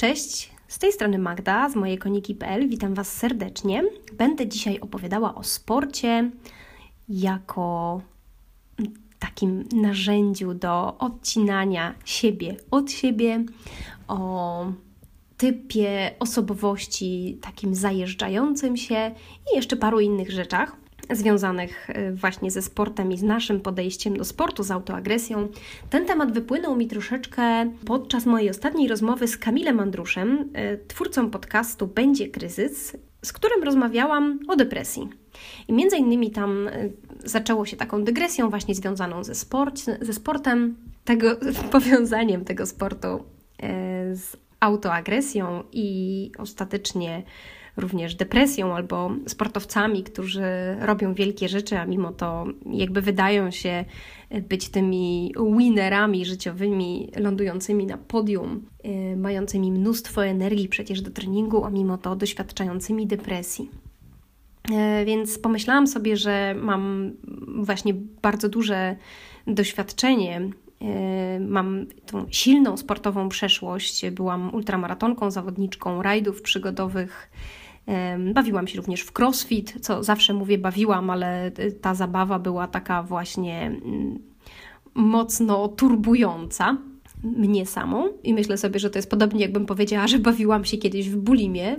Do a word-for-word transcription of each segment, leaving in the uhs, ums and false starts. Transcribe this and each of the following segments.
Cześć, z tej strony Magda z mojej koniki kropka pe el. Witam Was serdecznie. Będę dzisiaj opowiadała o sporcie jako takim narzędziu do odcinania siebie od siebie, o typie osobowości takim zajeżdżającym się i jeszcze paru innych rzeczach związanych właśnie ze sportem i z naszym podejściem do sportu, z autoagresją. Ten temat wypłynął mi troszeczkę podczas mojej ostatniej rozmowy z Kamilem Andruszem, twórcą podcastu Będzie Kryzys, z którym rozmawiałam o depresji. I między innymi tam zaczęło się taką dygresją właśnie związaną ze, sport, ze sportem, tego, powiązaniem tego sportu z autoagresją i ostatecznie również depresją albo sportowcami, którzy robią wielkie rzeczy, a mimo to jakby wydają się być tymi winnerami życiowymi, lądującymi na podium, yy, mającymi mnóstwo energii przecież do treningu, a mimo to doświadczającymi depresji. Yy, więc pomyślałam sobie, że mam właśnie bardzo duże doświadczenie. Mam tą silną sportową przeszłość, byłam ultramaratonką, zawodniczką rajdów przygodowych, bawiłam się również w crossfit, co zawsze mówię bawiłam, ale ta zabawa była taka właśnie mocno turbująca mnie samą i myślę sobie, że to jest podobnie jakbym powiedziała, że bawiłam się kiedyś w bulimię,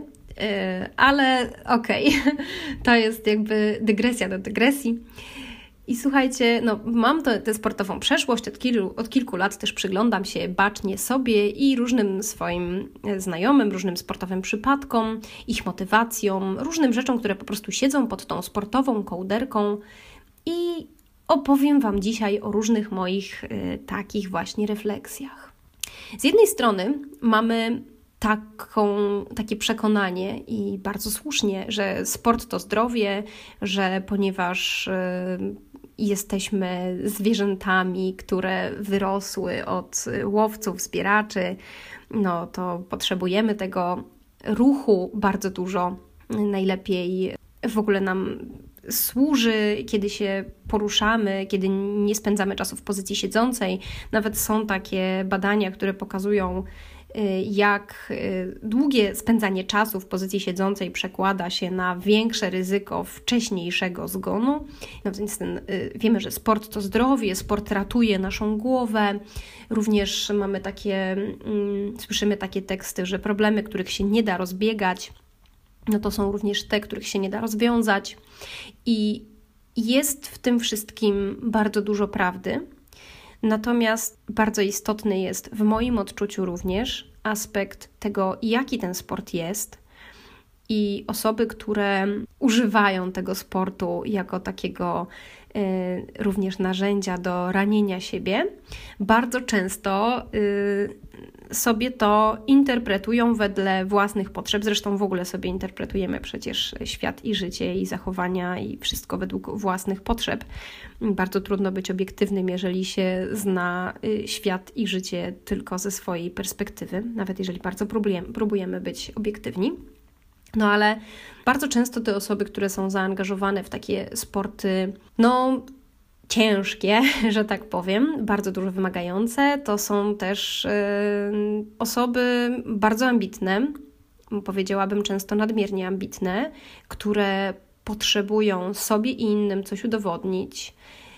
ale okej, okay. To jest jakby dygresja do dygresji. I słuchajcie, no mam tę sportową przeszłość, od kilku, od kilku lat też przyglądam się bacznie sobie i różnym swoim znajomym, różnym sportowym przypadkom, ich motywacjom, różnym rzeczom, które po prostu siedzą pod tą sportową kołderką i opowiem Wam dzisiaj o różnych moich y, takich właśnie refleksjach. Z jednej strony mamy taką, takie przekonanie i bardzo słusznie, że sport to zdrowie, że ponieważ y, jesteśmy zwierzętami, które wyrosły od łowców, zbieraczy, no to potrzebujemy tego ruchu bardzo dużo. Najlepiej w ogóle nam służy, kiedy się poruszamy, kiedy nie spędzamy czasu w pozycji siedzącej. Nawet są takie badania, które pokazują, jak długie spędzanie czasu w pozycji siedzącej przekłada się na większe ryzyko wcześniejszego zgonu. No więc ten, wiemy, że sport to zdrowie, sport ratuje naszą głowę. Również mamy takie, słyszymy takie teksty, że problemy, których się nie da rozbiegać, no to są również te, których się nie da rozwiązać. I jest w tym wszystkim bardzo dużo prawdy. Natomiast bardzo istotny jest w moim odczuciu również aspekt tego, jaki ten sport jest i osoby, które używają tego sportu jako takiego y, również narzędzia do ranienia siebie, bardzo często y, sobie to interpretują wedle własnych potrzeb. Zresztą w ogóle sobie interpretujemy przecież świat i życie i zachowania i wszystko według własnych potrzeb. Bardzo trudno być obiektywnym, jeżeli się zna świat i życie tylko ze swojej perspektywy, nawet jeżeli bardzo próbujemy, próbujemy być obiektywni. No ale bardzo często te osoby, które są zaangażowane w takie sporty, no ciężkie, że tak powiem, bardzo dużo wymagające, to są też yy, osoby bardzo ambitne, powiedziałabym często nadmiernie ambitne, które potrzebują sobie i innym coś udowodnić,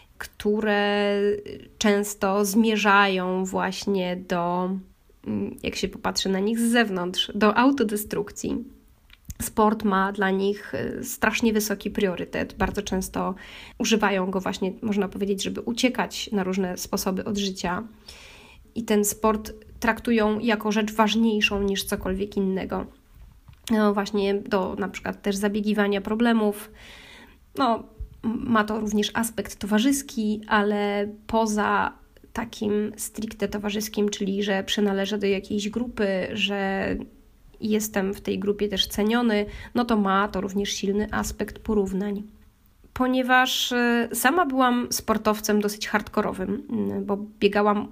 które często zmierzają właśnie do, jak się popatrzy na nich z zewnątrz, do autodestrukcji. Sport ma dla nich strasznie wysoki priorytet. Bardzo często używają go właśnie, można powiedzieć, żeby uciekać na różne sposoby od życia. I ten sport traktują jako rzecz ważniejszą niż cokolwiek innego. No właśnie do na przykład też zabiegiwania problemów. No, ma to również aspekt towarzyski, ale poza takim stricte towarzyskim, czyli że przynależę do jakiejś grupy, że jestem w tej grupie też ceniony, no to ma to również silny aspekt porównań. Ponieważ sama byłam sportowcem dosyć hardkorowym, bo biegałam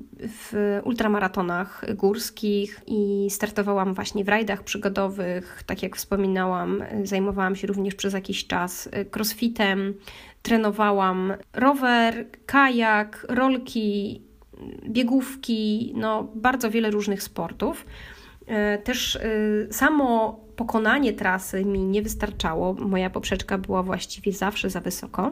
w ultramaratonach górskich i startowałam właśnie w rajdach przygodowych. Tak jak wspominałam, zajmowałam się również przez jakiś czas crossfitem, trenowałam rower, kajak, rolki, biegówki, no bardzo wiele różnych sportów. Też samo pokonanie trasy mi nie wystarczało. Moja poprzeczka była właściwie zawsze za wysoko.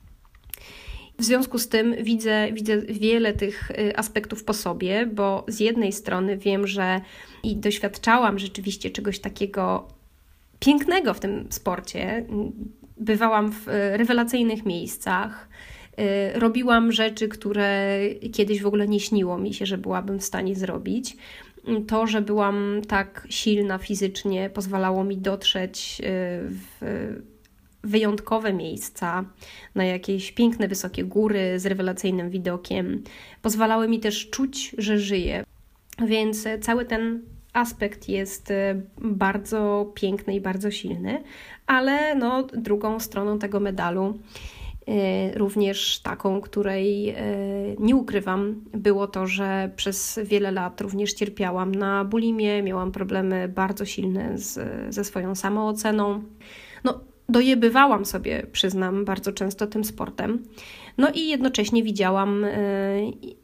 W związku z tym widzę, widzę wiele tych aspektów po sobie, bo z jednej strony wiem, że i doświadczałam rzeczywiście czegoś takiego pięknego w tym sporcie. Bywałam w rewelacyjnych miejscach, robiłam rzeczy, które kiedyś w ogóle nie śniło mi się, że byłabym w stanie zrobić. To, że byłam tak silna fizycznie, pozwalało mi dotrzeć w wyjątkowe miejsca, na jakieś piękne, wysokie góry z rewelacyjnym widokiem. Pozwalały mi też czuć, że żyję. Więc cały ten aspekt jest bardzo piękny i bardzo silny, ale no, drugą stroną tego medalu, również taką, której nie ukrywam, było to, że przez wiele lat również cierpiałam na bulimię, miałam problemy bardzo silne z, ze swoją samooceną. No, dojebywałam sobie, przyznam, bardzo często tym sportem. No i jednocześnie widziałam, yy,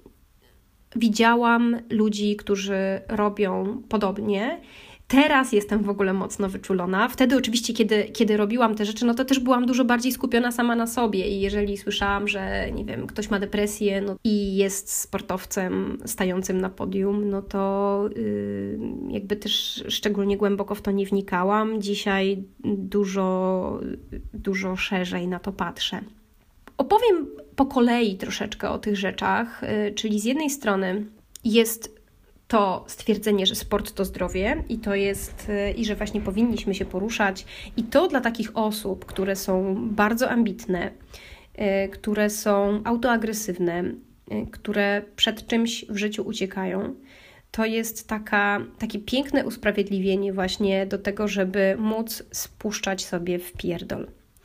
widziałam ludzi, którzy robią podobnie. Teraz jestem w ogóle mocno wyczulona. Wtedy oczywiście, kiedy, kiedy robiłam te rzeczy, no to też byłam dużo bardziej skupiona sama na sobie i jeżeli słyszałam, że nie wiem, ktoś ma depresję no, i jest sportowcem stającym na podium, no to yy, jakby też szczególnie głęboko w to nie wnikałam. Dzisiaj dużo, dużo szerzej na to patrzę. Opowiem po kolei troszeczkę o tych rzeczach, yy, czyli z jednej strony jest to stwierdzenie, że sport to zdrowie i to jest, i że właśnie powinniśmy się poruszać i to dla takich osób, które są bardzo ambitne, które są autoagresywne, które przed czymś w życiu uciekają, to jest taka, takie piękne usprawiedliwienie właśnie do tego, żeby móc spuszczać sobie w pierdol.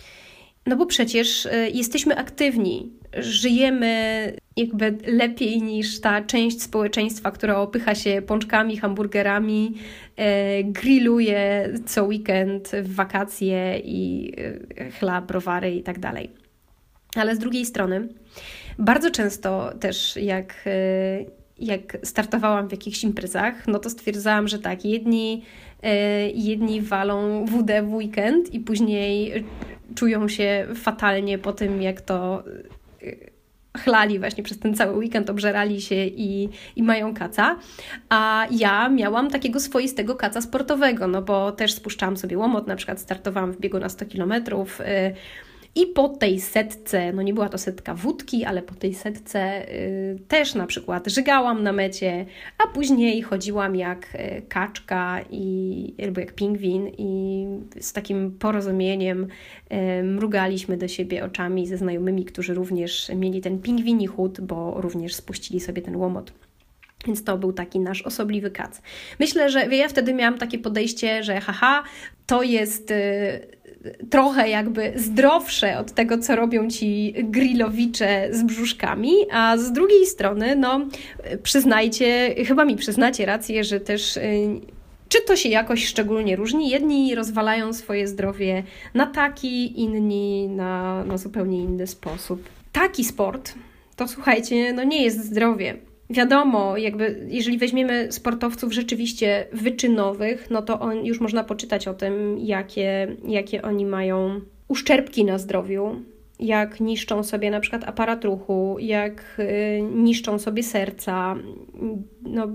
No bo przecież jesteśmy aktywni, żyjemy jakby lepiej niż ta część społeczeństwa, która opycha się pączkami, hamburgerami, e, grilluje co weekend w wakacje i e, chla, browary i tak dalej. Ale z drugiej strony bardzo często też jak, e, jak startowałam w jakichś imprezach, no to stwierdzałam, że tak, jedni, e, jedni walą wódę w weekend i później czują się fatalnie po tym, jak to chlali właśnie przez ten cały weekend, obżerali się i, i mają kaca, a ja miałam takiego swoistego kaca sportowego, no bo też spuszczałam sobie łomot, na przykład startowałam w biegu na sto kilometrów i po tej setce, no nie była to setka wódki, ale po tej setce y, też na przykład żygałam na mecie, a później chodziłam jak y, kaczka i, albo jak pingwin i z takim porozumieniem y, mrugaliśmy do siebie oczami ze znajomymi, którzy również mieli ten pingwini chód, bo również spuścili sobie ten łomot. Więc to był taki nasz osobliwy kac. Myślę, że ja wtedy miałam takie podejście, że haha, to jest y, trochę jakby zdrowsze od tego, co robią ci grillowicze z brzuszkami, a z drugiej strony, no przyznajcie, chyba mi przyznacie rację, że też y, czy to się jakoś szczególnie różni. Jedni rozwalają swoje zdrowie na taki, inni na, na zupełnie inny sposób. Taki sport, to słuchajcie, no nie jest zdrowie. Wiadomo, jakby jeżeli weźmiemy sportowców rzeczywiście wyczynowych, no to on, już można poczytać o tym, jakie, jakie oni mają uszczerbki na zdrowiu, jak niszczą sobie na przykład aparat ruchu, jak y, niszczą sobie serca. No,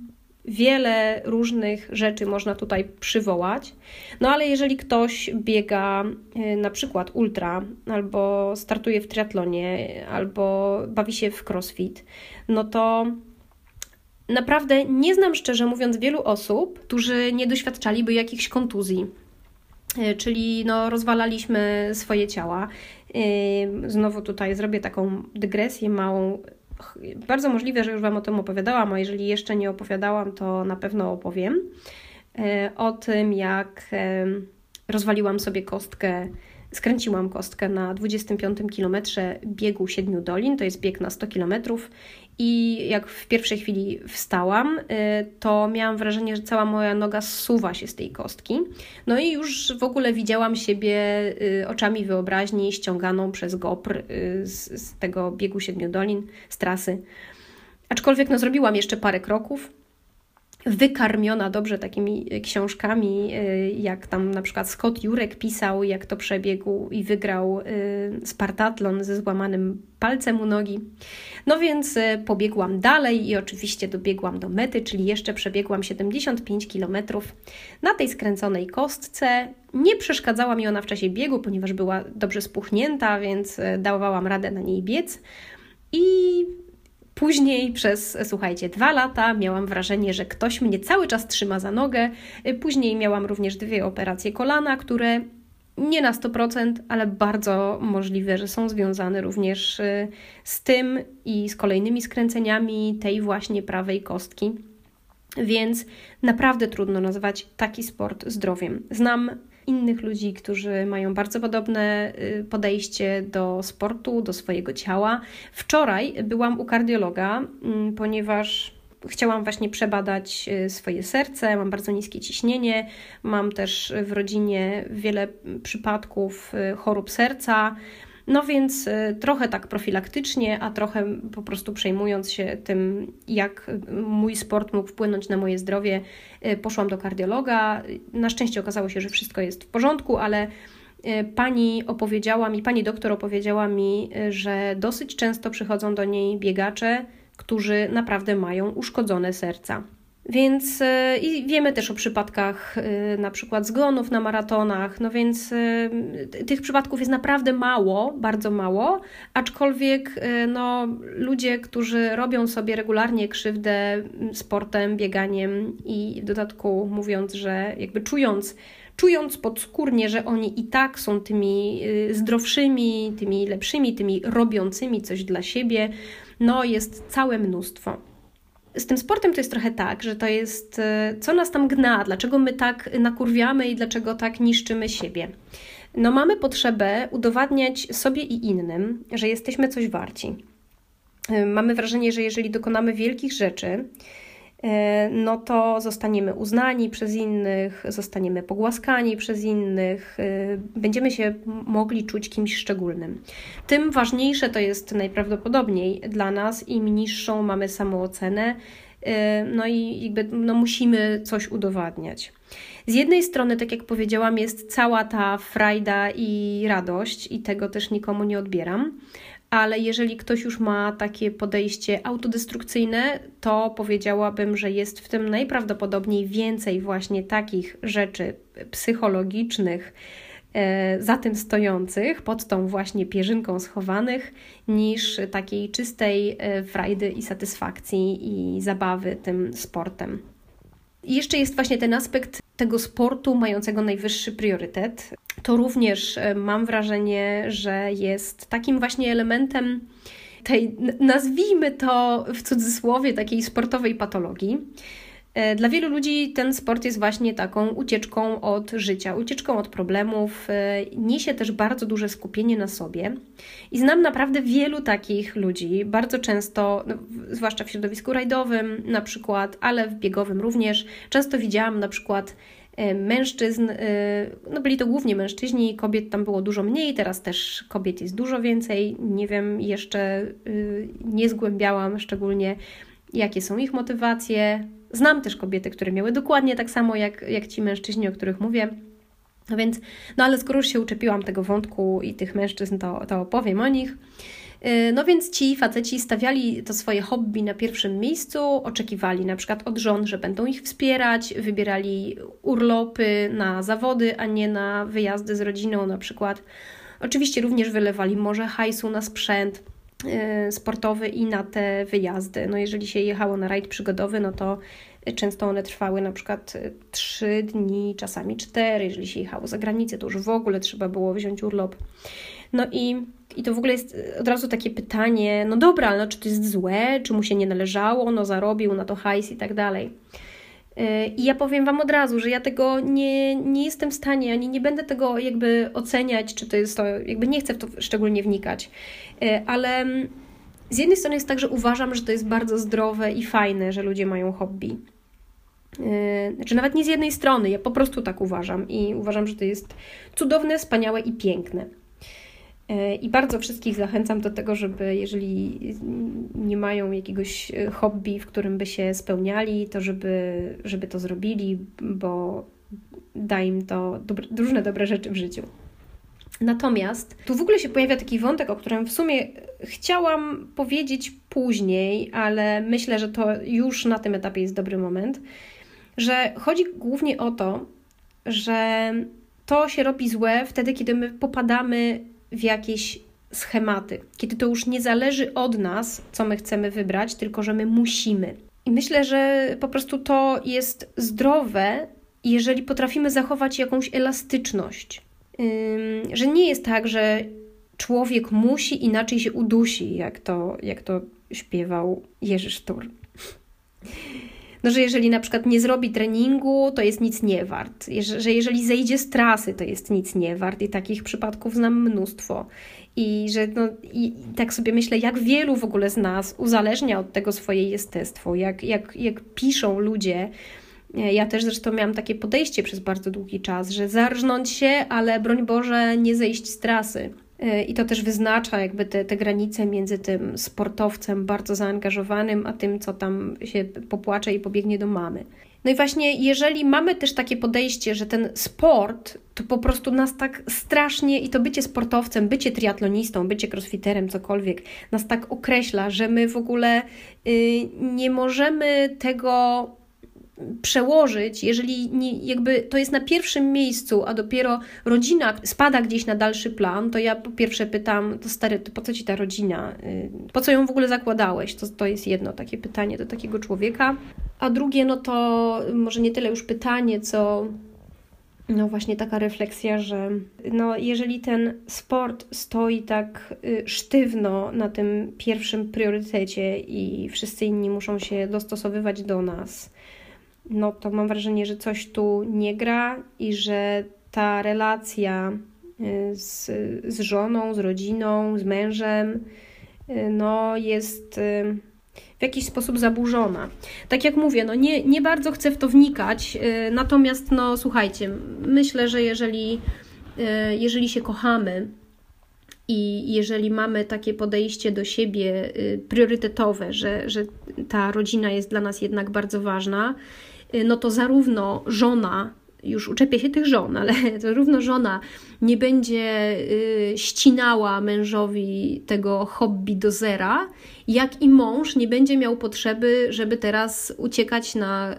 wiele różnych rzeczy można tutaj przywołać. No ale jeżeli ktoś biega y, na przykład ultra, albo startuje w triatlonie, albo bawi się w crossfit, no to naprawdę nie znam, szczerze mówiąc, wielu osób, którzy nie doświadczaliby jakichś kontuzji. Y, czyli no, rozwalaliśmy swoje ciała. Y, znowu tutaj zrobię taką dygresję małą. Bardzo możliwe, że już Wam o tym opowiadałam, a jeżeli jeszcze nie opowiadałam, to na pewno opowiem o tym, jak rozwaliłam sobie kostkę, skręciłam kostkę na dwudziestym piątym kilometrze biegu Siedmiu Dolin, to jest bieg na sto kilometrów i jak w pierwszej chwili wstałam, to miałam wrażenie, że cała moja noga zsuwa się z tej kostki. No i już w ogóle widziałam siebie oczami wyobraźni ściąganą przez GoPr z, z tego biegu Siedmiu Dolin, z trasy. Aczkolwiek no, zrobiłam jeszcze parę kroków wykarmiona dobrze takimi książkami, jak tam na przykład Scott Jurek pisał, jak to przebiegł i wygrał Spartatlon ze złamanym palcem u nogi. No więc pobiegłam dalej i oczywiście dobiegłam do mety, czyli jeszcze przebiegłam siedemdziesiąt pięć kilometrów na tej skręconej kostce. Nie przeszkadzała mi ona w czasie biegu, ponieważ była dobrze spuchnięta, więc dawałam radę na niej biec. I później przez, słuchajcie, dwa lata miałam wrażenie, że ktoś mnie cały czas trzyma za nogę. Później miałam również dwie operacje kolana, które nie na sto procent, ale bardzo możliwe, że są związane również z tym i z kolejnymi skręceniami tej właśnie prawej kostki. Więc naprawdę trudno nazwać taki sport zdrowiem. Znam innych ludzi, którzy mają bardzo podobne podejście do sportu, do swojego ciała. Wczoraj byłam u kardiologa, ponieważ chciałam właśnie przebadać swoje serce, mam bardzo niskie ciśnienie, mam też w rodzinie wiele przypadków chorób serca, no więc trochę tak profilaktycznie, a trochę po prostu przejmując się tym, jak mój sport mógł wpłynąć na moje zdrowie, poszłam do kardiologa. Na szczęście okazało się, że wszystko jest w porządku, ale pani opowiedziała mi, pani doktor opowiedziała mi, że dosyć często przychodzą do niej biegacze, którzy naprawdę mają uszkodzone serca. Więc i wiemy też o przypadkach na przykład zgonów na maratonach, no więc tych przypadków jest naprawdę mało, bardzo mało, aczkolwiek no, ludzie, którzy robią sobie regularnie krzywdę sportem, bieganiem i w dodatku mówiąc, że jakby czując, czując podskórnie, że oni i tak są tymi zdrowszymi, tymi lepszymi, tymi robiącymi coś dla siebie, no jest całe mnóstwo. Z tym sportem to jest trochę tak, że to jest, co nas tam gna, dlaczego my tak nakurwiamy i dlaczego tak niszczymy siebie. No mamy potrzebę udowadniać sobie i innym, że jesteśmy coś warci. Mamy wrażenie, że jeżeli dokonamy wielkich rzeczy, no to zostaniemy uznani przez innych, zostaniemy pogłaskani przez innych, będziemy się mogli czuć kimś szczególnym. Tym ważniejsze to jest najprawdopodobniej dla nas, im niższą mamy samoocenę, no i jakby no musimy coś udowadniać. Z jednej strony, tak jak powiedziałam, jest cała ta frajda i radość i tego też nikomu nie odbieram, ale jeżeli ktoś już ma takie podejście autodestrukcyjne, to powiedziałabym, że jest w tym najprawdopodobniej więcej właśnie takich rzeczy psychologicznych, e, za tym stojących, pod tą właśnie pierzynką schowanych, niż takiej czystej e, frajdy i satysfakcji i zabawy tym sportem. I jeszcze jest właśnie ten aspekt tego sportu mającego najwyższy priorytet. To również mam wrażenie, że jest takim właśnie elementem tej, nazwijmy to w cudzysłowie, takiej sportowej patologii. Dla wielu ludzi ten sport jest właśnie taką ucieczką od życia, ucieczką od problemów, niesie też bardzo duże skupienie na sobie i znam naprawdę wielu takich ludzi, bardzo często, no, zwłaszcza w środowisku rajdowym na przykład, ale w biegowym również, często widziałam na przykład mężczyzn, no byli to głównie mężczyźni, kobiet tam było dużo mniej, teraz też kobiet jest dużo więcej, nie wiem, jeszcze nie zgłębiałam szczególnie jakie są ich motywacje. Znam też kobiety, które miały dokładnie tak samo jak, jak ci mężczyźni, o których mówię. No więc, no ale skoro już się uczepiłam tego wątku i tych mężczyzn, to, to opowiem o nich. No więc ci faceci stawiali to swoje hobby na pierwszym miejscu, oczekiwali na przykład od żon, że będą ich wspierać, wybierali urlopy na zawody, a nie na wyjazdy z rodziną na przykład. Oczywiście również wylewali może hajsu na sprzęt sportowy i na te wyjazdy. No jeżeli się jechało na rajd przygodowy, no to często one trwały na przykład trzy dni, czasami cztery. Jeżeli się jechało za granicę, to już w ogóle trzeba było wziąć urlop. No i, i to w ogóle jest od razu takie pytanie, no dobra, no czy to jest złe, czy mu się nie należało, no zarobił na to hajs i tak dalej. I ja powiem Wam od razu, że ja tego nie, nie jestem w stanie, ani nie będę tego jakby oceniać, czy to jest to, jakby nie chcę w to szczególnie wnikać, ale z jednej strony jest tak, że uważam, że to jest bardzo zdrowe i fajne, że ludzie mają hobby. Znaczy nawet nie z jednej strony, ja po prostu tak uważam i uważam, że to jest cudowne, wspaniałe i piękne. I bardzo wszystkich zachęcam do tego, żeby jeżeli nie mają jakiegoś hobby, w którym by się spełniali, to żeby, żeby to zrobili, bo da im to dobre, różne dobre rzeczy w życiu. Natomiast tu w ogóle się pojawia taki wątek, o którym w sumie chciałam powiedzieć później, ale myślę, że to już na tym etapie jest dobry moment, że chodzi głównie o to, że to się robi złe wtedy, kiedy my popadamy w jakieś schematy, kiedy to już nie zależy od nas, co my chcemy wybrać, tylko że my musimy. I myślę, że po prostu to jest zdrowe, jeżeli potrafimy zachować jakąś elastyczność. Ym, że nie jest tak, że człowiek musi, inaczej się udusi, jak to, jak to śpiewał Jerzy Sztur. No, że jeżeli na przykład nie zrobi treningu, to jest nic nie wart. Że jeżeli zejdzie z trasy, to jest nic nie wart. I takich przypadków znam mnóstwo. I że no, i tak sobie myślę, jak wielu w ogóle z nas uzależnia od tego swoje jestestwo. Jak, jak, jak piszą ludzie. Ja też zresztą miałam takie podejście przez bardzo długi czas, że zarżnąć się, ale broń Boże nie zejść z trasy. I to też wyznacza jakby te, te granice między tym sportowcem bardzo zaangażowanym, a tym, co tam się popłacze i pobiegnie do mamy. No i właśnie jeżeli mamy też takie podejście, że ten sport to po prostu nas tak strasznie i to bycie sportowcem, bycie triatlonistą, bycie crossfiterem, cokolwiek nas tak określa, że my w ogóle y, nie możemy tego przełożyć, jeżeli nie, jakby to jest na pierwszym miejscu, a dopiero rodzina spada gdzieś na dalszy plan, to ja po pierwsze pytam, to stary, to po co ci ta rodzina? Po co ją w ogóle zakładałeś? To, to jest jedno takie pytanie do takiego człowieka. A drugie, no to może nie tyle już pytanie, co no właśnie taka refleksja, że no jeżeli ten sport stoi tak sztywno na tym pierwszym priorytecie i wszyscy inni muszą się dostosowywać do nas, no to mam wrażenie, że coś tu nie gra i że ta relacja z, z żoną, z rodziną, z mężem no jest w jakiś sposób zaburzona. Tak jak mówię, no nie, nie bardzo chcę w to wnikać, natomiast no słuchajcie, myślę, że jeżeli, jeżeli się kochamy i jeżeli mamy takie podejście do siebie priorytetowe, że, że ta rodzina jest dla nas jednak bardzo ważna, no to zarówno żona, już uczepię się tych żon, ale zarówno żona nie będzie ścinała mężowi tego hobby do zera, jak i mąż nie będzie miał potrzeby, żeby teraz uciekać na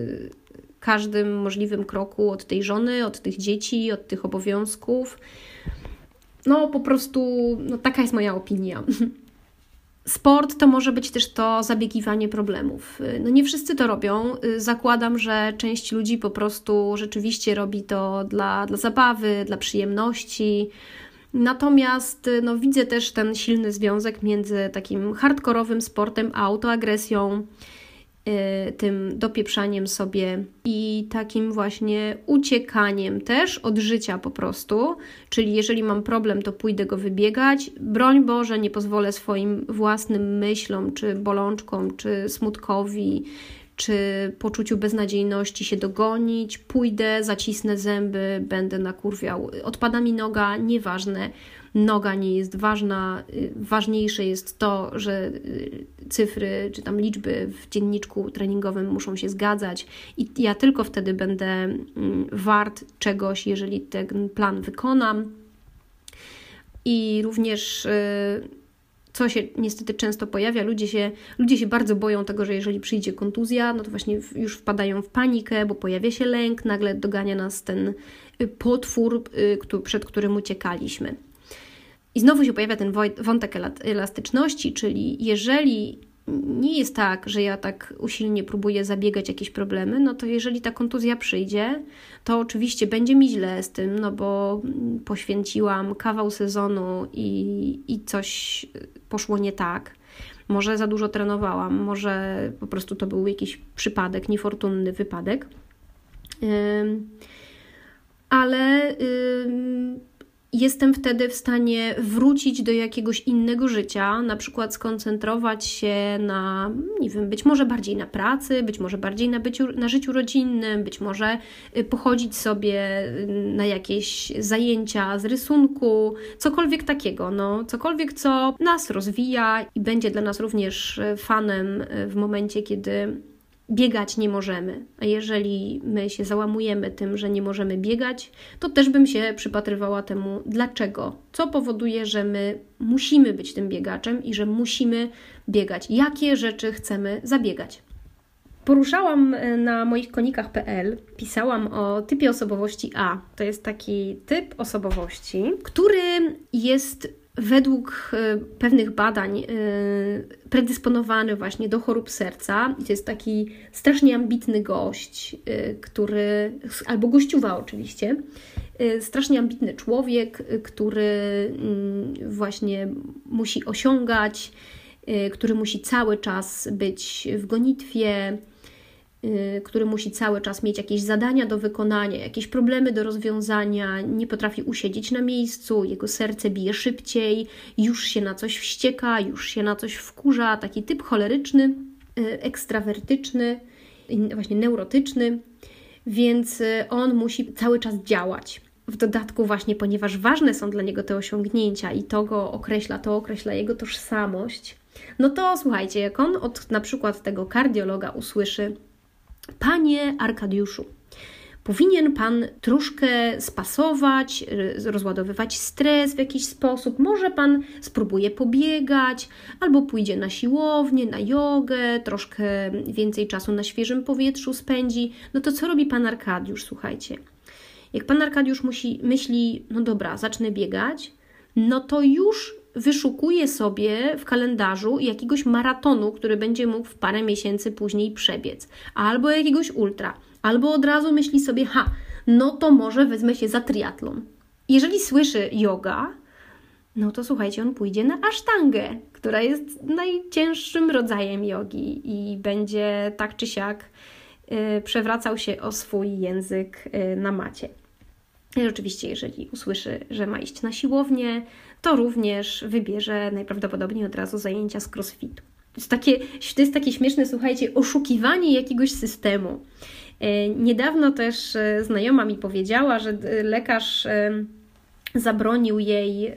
każdym możliwym kroku od tej żony, od tych dzieci, od tych obowiązków. No po prostu no, taka jest moja opinia. Sport to może być też to zabiegiwanie problemów. No nie wszyscy to robią. Zakładam, że część ludzi po prostu rzeczywiście robi to dla, dla zabawy, dla przyjemności. Natomiast no, widzę też ten silny związek między takim hardkorowym sportem a autoagresją, tym dopieprzaniem sobie i takim właśnie uciekaniem też od życia po prostu, czyli jeżeli mam problem, to pójdę go wybiegać, broń Boże nie pozwolę swoim własnym myślom, czy bolączkom, czy smutkowi, czy poczuciu beznadziejności się dogonić, pójdę, zacisnę zęby, będę nakurwiał, odpada mi noga, nieważne, noga nie jest ważna, ważniejsze jest to, że cyfry czy tam liczby w dzienniczku treningowym muszą się zgadzać i ja tylko wtedy będę wart czegoś, jeżeli ten plan wykonam. I również co się niestety często pojawia, ludzie się, ludzie się bardzo boją tego, że jeżeli przyjdzie kontuzja, no to właśnie już wpadają w panikę, bo pojawia się lęk, nagle dogania nas ten potwór, przed którym uciekaliśmy. I znowu się pojawia ten wątek elastyczności, czyli jeżeli nie jest tak, że ja tak usilnie próbuję zabiegać jakieś problemy, no to jeżeli ta kontuzja przyjdzie, to oczywiście będzie mi źle z tym, no bo poświęciłam kawał sezonu i, i coś poszło nie tak. Może za dużo trenowałam, może po prostu to był jakiś przypadek, niefortunny wypadek. Ym, ale... Ym, jestem wtedy w stanie wrócić do jakiegoś innego życia, na przykład skoncentrować się na, nie wiem, być może bardziej na pracy, być może bardziej na, byciu, na życiu rodzinnym, być może pochodzić sobie na jakieś zajęcia z rysunku, cokolwiek takiego, no, cokolwiek, co nas rozwija i będzie dla nas również fanem w momencie, kiedy biegać nie możemy, a jeżeli my się załamujemy tym, że nie możemy biegać, to też bym się przypatrywała temu, dlaczego, co powoduje, że my musimy być tym biegaczem i że musimy biegać, jakie rzeczy chcemy zabiegać. Poruszałam na moich konikach kropka pe el, pisałam o typie osobowości A. To jest taki typ osobowości, który jest według pewnych badań predysponowany właśnie do chorób serca. I to jest taki strasznie ambitny gość, który, albo gościuwa oczywiście, strasznie ambitny człowiek, który właśnie musi osiągać, który musi cały czas być w gonitwie, który musi cały czas mieć jakieś zadania do wykonania, jakieś problemy do rozwiązania, nie potrafi usiedzieć na miejscu, jego serce bije szybciej, już się na coś wścieka, już się na coś wkurza, taki typ choleryczny, ekstrawertyczny, właśnie neurotyczny, więc on musi cały czas działać. W dodatku właśnie, ponieważ ważne są dla niego te osiągnięcia i to go określa, to określa jego tożsamość, no to słuchajcie, jak on od na przykład tego kardiologa usłyszy: Panie Arkadiuszu, powinien Pan troszkę spasować, rozładowywać stres w jakiś sposób. Może Pan spróbuje pobiegać, albo pójdzie na siłownię, na jogę, troszkę więcej czasu na świeżym powietrzu spędzi. No to co robi Pan Arkadiusz, słuchajcie? Jak Pan Arkadiusz musi, myśli, no dobra, zacznę biegać, no to już wyszukuje sobie w kalendarzu jakiegoś maratonu, który będzie mógł w parę miesięcy później przebiec, albo jakiegoś ultra, albo od razu myśli sobie, ha, no to może wezmę się za triatlon. Jeżeli słyszy yoga, no to słuchajcie, on pójdzie na asztangę, która jest najcięższym rodzajem jogi i będzie tak czy siak yy, przewracał się o swój język yy, na macie. I oczywiście, jeżeli usłyszy, że ma iść na siłownię, to również wybierze najprawdopodobniej od razu zajęcia z crossfitu. To jest takie, to jest takie śmieszne, słuchajcie, oszukiwanie jakiegoś systemu. Niedawno też znajoma mi powiedziała, że lekarz zabronił jej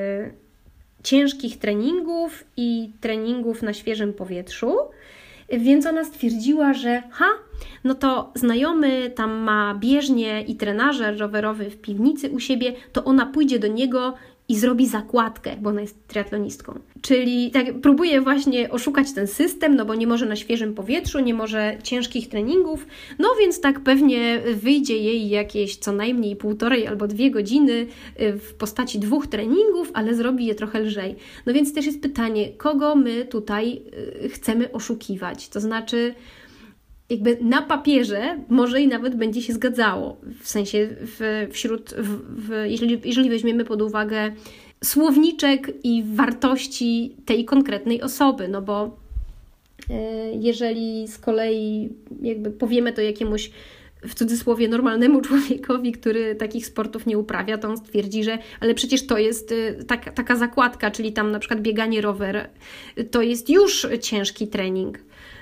ciężkich treningów i treningów na świeżym powietrzu, więc ona stwierdziła, że ha, no to znajomy tam ma bieżnię i trenażer rowerowy w piwnicy u siebie, to ona pójdzie do niego i zrobi zakładkę, bo ona jest triatlonistką. Czyli tak próbuje właśnie oszukać ten system, no bo nie może na świeżym powietrzu, nie może ciężkich treningów, no więc tak pewnie wyjdzie jej jakieś co najmniej półtorej albo dwie godziny w postaci dwóch treningów, ale zrobi je trochę lżej. No więc też jest pytanie, kogo my tutaj chcemy oszukiwać? To znaczy, jakby na papierze może i nawet będzie się zgadzało, w sensie w, wśród, w, w, jeżeli, jeżeli weźmiemy pod uwagę słowniczek i wartości tej konkretnej osoby, no bo e, jeżeli z kolei jakby powiemy to jakiemuś w cudzysłowie normalnemu człowiekowi, który takich sportów nie uprawia, to on stwierdzi, że ale przecież to jest tak, taka zakładka, czyli tam na przykład bieganie rower, to jest już ciężki trening.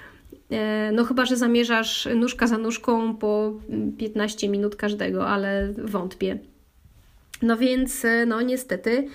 No chyba, że zamierzasz nóżka za nóżką po piętnaście minut każdego, ale wątpię. No więc, no niestety,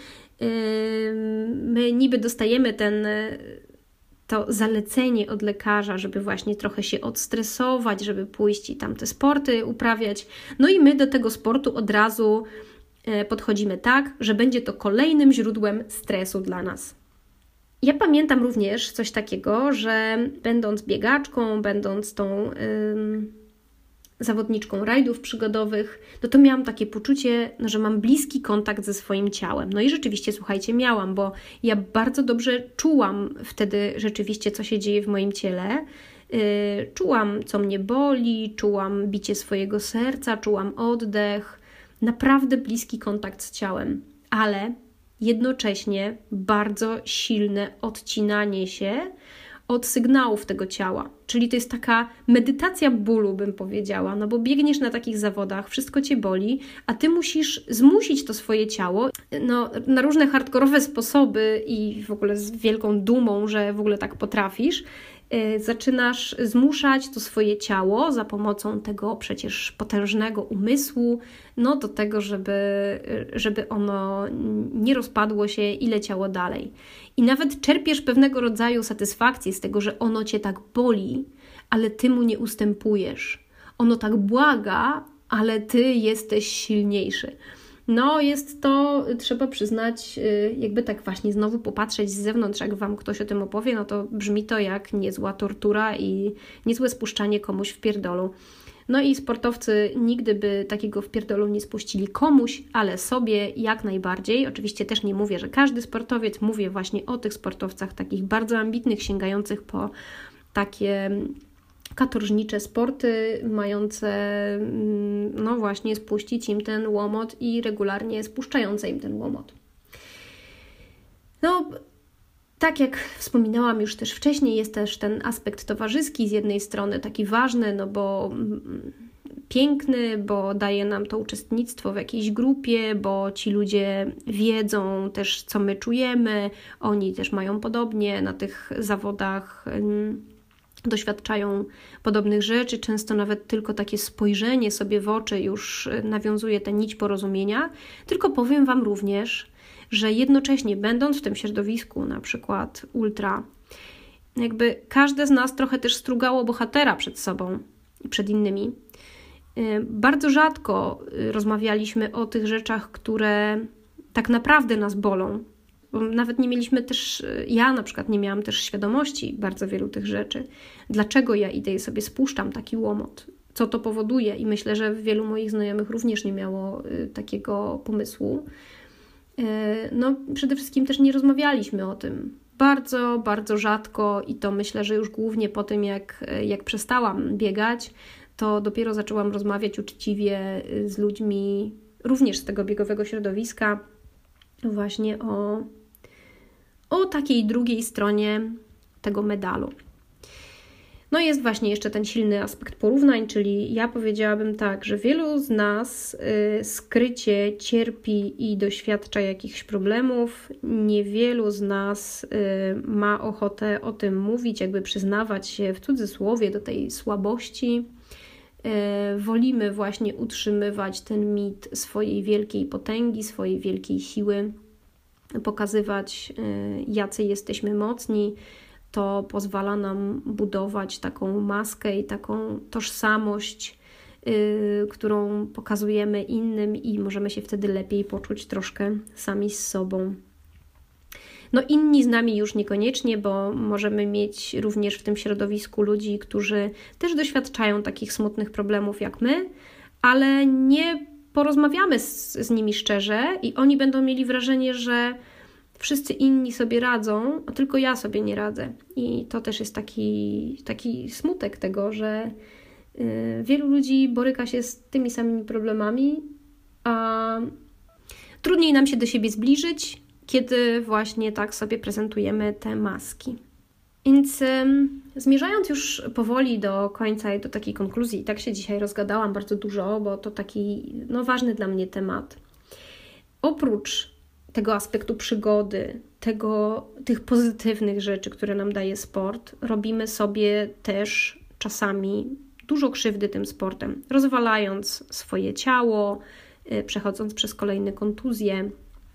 my niby dostajemy ten, to zalecenie od lekarza, żeby właśnie trochę się odstresować, żeby pójść i tam te sporty uprawiać. No i my do tego sportu od razu podchodzimy tak, że będzie to kolejnym źródłem stresu dla nas. Ja pamiętam również coś takiego, że będąc biegaczką, będąc tą ym, zawodniczką rajdów przygodowych, no to miałam takie poczucie, no, że mam bliski kontakt ze swoim ciałem. No i rzeczywiście, słuchajcie, miałam, bo ja bardzo dobrze czułam wtedy rzeczywiście, co się dzieje w moim ciele. Yy, czułam, co mnie boli, czułam bicie swojego serca, czułam oddech. Naprawdę bliski kontakt z ciałem, ale jednocześnie bardzo silne odcinanie się od sygnałów tego ciała. Czyli to jest taka medytacja bólu, bym powiedziała, no bo biegniesz na takich zawodach, wszystko cię boli, a ty musisz zmusić to swoje ciało no, na różne hardkorowe sposoby i w ogóle z wielką dumą, że w ogóle tak potrafisz. Zaczynasz zmuszać to swoje ciało za pomocą tego przecież potężnego umysłu, no do tego, żeby, żeby ono nie rozpadło się i leciało dalej. I nawet czerpiesz pewnego rodzaju satysfakcję z tego, że ono cię tak boli, ale ty mu nie ustępujesz. Ono tak błaga, ale ty jesteś silniejszy. No jest to, trzeba przyznać, jakby tak właśnie znowu popatrzeć z zewnątrz, jak Wam ktoś o tym opowie, no to brzmi to jak niezła tortura i niezłe spuszczanie komuś w pierdolu. No i sportowcy nigdy by takiego w pierdolu nie spuścili komuś, ale sobie jak najbardziej. Oczywiście też nie mówię, że każdy sportowiec, mówię właśnie o tych sportowcach takich bardzo ambitnych, sięgających po takie katorżnicze sporty, mające no właśnie spuścić im ten łomot i regularnie spuszczające im ten łomot. No, tak jak wspominałam już też wcześniej, jest też ten aspekt towarzyski z jednej strony taki ważny, no bo piękny, bo daje nam to uczestnictwo w jakiejś grupie, bo ci ludzie wiedzą też, co my czujemy, oni też mają podobnie na tych zawodach, doświadczają podobnych rzeczy, często nawet tylko takie spojrzenie sobie w oczy już nawiązuje tę nić porozumienia. Tylko powiem Wam również, że jednocześnie będąc w tym środowisku, na przykład ultra, jakby każde z nas trochę też strugało bohatera przed sobą i przed innymi. Bardzo rzadko rozmawialiśmy o tych rzeczach, które tak naprawdę nas bolą. Bo nawet nie mieliśmy też, ja na przykład nie miałam też świadomości bardzo wielu tych rzeczy. Dlaczego ja idę i sobie spuszczam taki łomot? Co to powoduje? I myślę, że wielu moich znajomych również nie miało takiego pomysłu. No przede wszystkim też nie rozmawialiśmy o tym. Bardzo, bardzo rzadko i to myślę, że już głównie po tym, jak, jak przestałam biegać, to dopiero zaczęłam rozmawiać uczciwie z ludźmi również z tego biegowego środowiska właśnie o, o takiej drugiej stronie tego medalu. No jest właśnie jeszcze ten silny aspekt porównań, czyli ja powiedziałabym tak, że wielu z nas y, skrycie cierpi i doświadcza jakichś problemów. Niewielu z nas y, ma ochotę o tym mówić, jakby przyznawać się w cudzysłowie do tej słabości. Y, wolimy właśnie utrzymywać ten mit swojej wielkiej potęgi, swojej wielkiej siły, pokazywać, y, jacy jesteśmy mocni. To pozwala nam budować taką maskę i taką tożsamość, yy, którą pokazujemy innym i możemy się wtedy lepiej poczuć troszkę sami z sobą. No inni z nami już niekoniecznie, bo możemy mieć również w tym środowisku ludzi, którzy też doświadczają takich smutnych problemów jak my, ale nie porozmawiamy z, z nimi szczerze i oni będą mieli wrażenie, że wszyscy inni sobie radzą, a tylko ja sobie nie radzę. I to też jest taki, taki smutek tego, że y, wielu ludzi boryka się z tymi samymi problemami, a trudniej nam się do siebie zbliżyć, kiedy właśnie tak sobie prezentujemy te maski. Więc y, zmierzając już powoli do końca i do takiej konkluzji, tak się dzisiaj rozgadałam bardzo dużo, bo to taki no, ważny dla mnie temat. Oprócz tego aspektu przygody, tego, tych pozytywnych rzeczy, które nam daje sport, robimy sobie też czasami dużo krzywdy tym sportem, rozwalając swoje ciało, przechodząc przez kolejne kontuzje.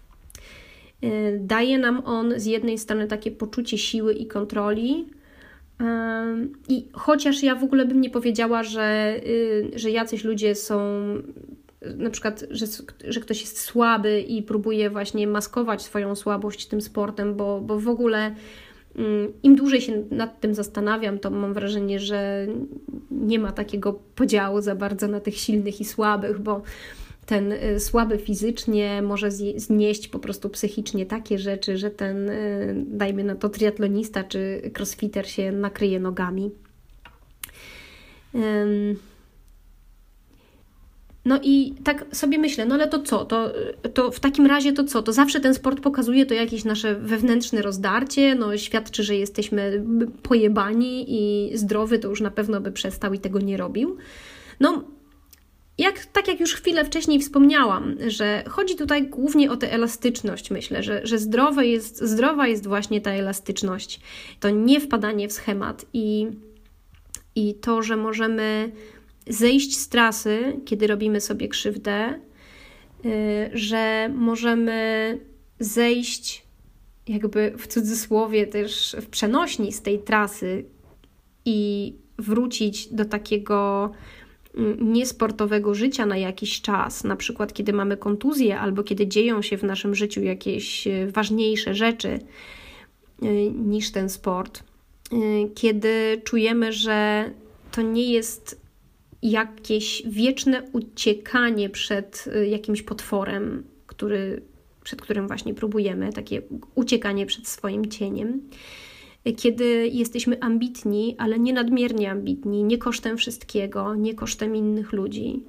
Daje nam on z jednej strony takie poczucie siły i kontroli, i chociaż ja w ogóle bym nie powiedziała, że, że jacyś ludzie są na przykład, że, że ktoś jest słaby i próbuje właśnie maskować swoją słabość tym sportem, bo, bo w ogóle im dłużej się nad tym zastanawiam, to mam wrażenie, że nie ma takiego podziału za bardzo na tych silnych i słabych, bo ten słaby fizycznie może znieść po prostu psychicznie takie rzeczy, że ten, dajmy na to, triatlonista czy crossfiter się nakryje nogami. No i tak sobie myślę, no ale to co? To, to w takim razie to co? To zawsze ten sport pokazuje to jakieś nasze wewnętrzne rozdarcie, no świadczy, że jesteśmy pojebani i zdrowy to już na pewno by przestał i tego nie robił. No, jak, tak jak już chwilę wcześniej wspomniałam, że chodzi tutaj głównie o tę elastyczność, myślę, że, że zdrowe jest, zdrowa jest właśnie ta elastyczność. To nie wpadanie w schemat i, i to, że możemy zejść z trasy, kiedy robimy sobie krzywdę, że możemy zejść jakby w cudzysłowie też w przenośni z tej trasy i wrócić do takiego niesportowego życia na jakiś czas, na przykład kiedy mamy kontuzję albo kiedy dzieją się w naszym życiu jakieś ważniejsze rzeczy niż ten sport, kiedy czujemy, że to nie jest jakieś wieczne uciekanie przed jakimś potworem, który, przed którym właśnie próbujemy, takie uciekanie przed swoim cieniem. Kiedy jesteśmy ambitni, ale nie nadmiernie ambitni, nie kosztem wszystkiego, nie kosztem innych ludzi.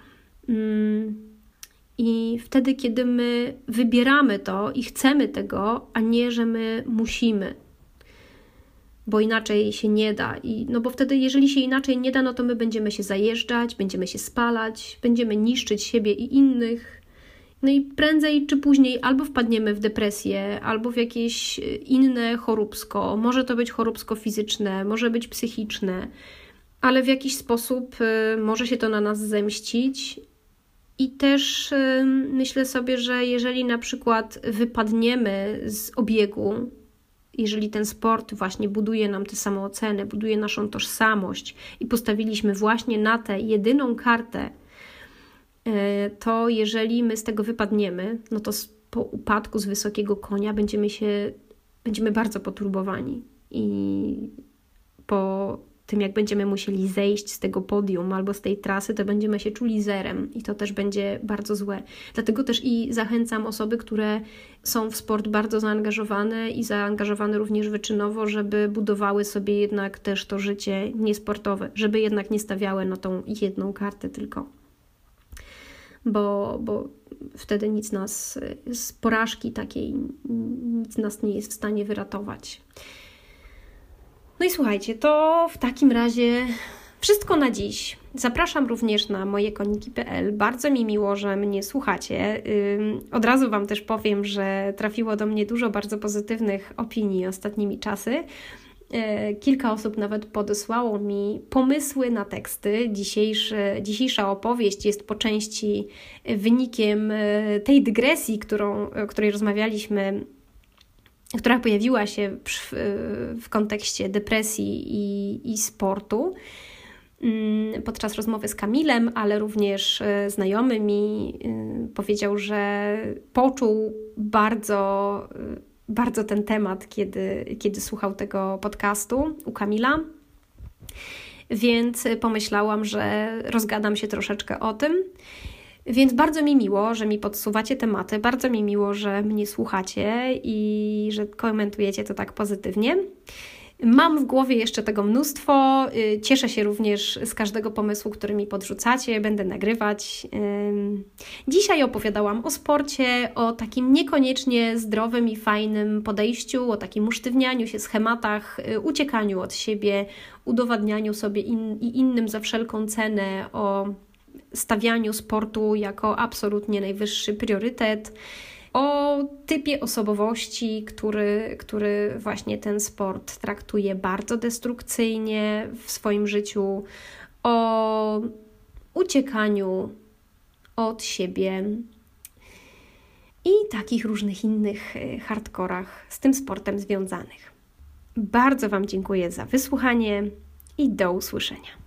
I wtedy, kiedy my wybieramy to i chcemy tego, a nie, że my musimy, bo inaczej się nie da. I, no bo wtedy, jeżeli się inaczej nie da, no to my będziemy się zajeżdżać, będziemy się spalać, będziemy niszczyć siebie i innych. No i prędzej czy później albo wpadniemy w depresję, albo w jakieś inne choróbsko. Może to być choróbsko fizyczne, może być psychiczne, ale w jakiś sposób y, może się to na nas zemścić. I też y, myślę sobie, że jeżeli na przykład wypadniemy z obiegu, jeżeli ten sport właśnie buduje nam tę samoocenę, buduje naszą tożsamość i postawiliśmy właśnie na tę jedyną kartę, to jeżeli my z tego wypadniemy, no to po upadku z wysokiego konia będziemy się, będziemy bardzo poturbowani i po tym, jak będziemy musieli zejść z tego podium albo z tej trasy, to będziemy się czuli zerem i to też będzie bardzo złe. Dlatego też i zachęcam osoby, które są w sport bardzo zaangażowane i zaangażowane również wyczynowo, żeby budowały sobie jednak też to życie niesportowe, żeby jednak nie stawiały na tą jedną kartę tylko. Bo, bo wtedy nic nas z porażki takiej, nic nas nie jest w stanie wyratować. No i słuchajcie, to w takim razie wszystko na dziś. Zapraszam również na moje koniki kropka pe el. Bardzo mi miło, że mnie słuchacie. Od razu Wam też powiem, że trafiło do mnie dużo bardzo pozytywnych opinii ostatnimi czasy. Kilka osób nawet podesłało mi pomysły na teksty. Dzisiejszy, dzisiejsza opowieść jest po części wynikiem tej dygresji, którą, o której rozmawialiśmy, która pojawiła się w, w kontekście depresji i, i sportu podczas rozmowy z Kamilem, ale również znajomy mi powiedział, że poczuł bardzo, bardzo ten temat, kiedy, kiedy słuchał tego podcastu u Kamila. Więc pomyślałam, że rozgadam się troszeczkę o tym. Więc bardzo mi miło, że mi podsuwacie tematy, bardzo mi miło, że mnie słuchacie i że komentujecie to tak pozytywnie. Mam w głowie jeszcze tego mnóstwo, cieszę się również z każdego pomysłu, który mi podrzucacie, będę nagrywać. Dzisiaj opowiadałam o sporcie, o takim niekoniecznie zdrowym i fajnym podejściu, o takim usztywnianiu się, schematach, uciekaniu od siebie, udowadnianiu sobie in, i innym za wszelką cenę, o stawianiu sportu jako absolutnie najwyższy priorytet, o typie osobowości, który, który właśnie ten sport traktuje bardzo destrukcyjnie w swoim życiu, o uciekaniu od siebie i takich różnych innych hardkorach z tym sportem związanych. Bardzo Wam dziękuję za wysłuchanie i do usłyszenia.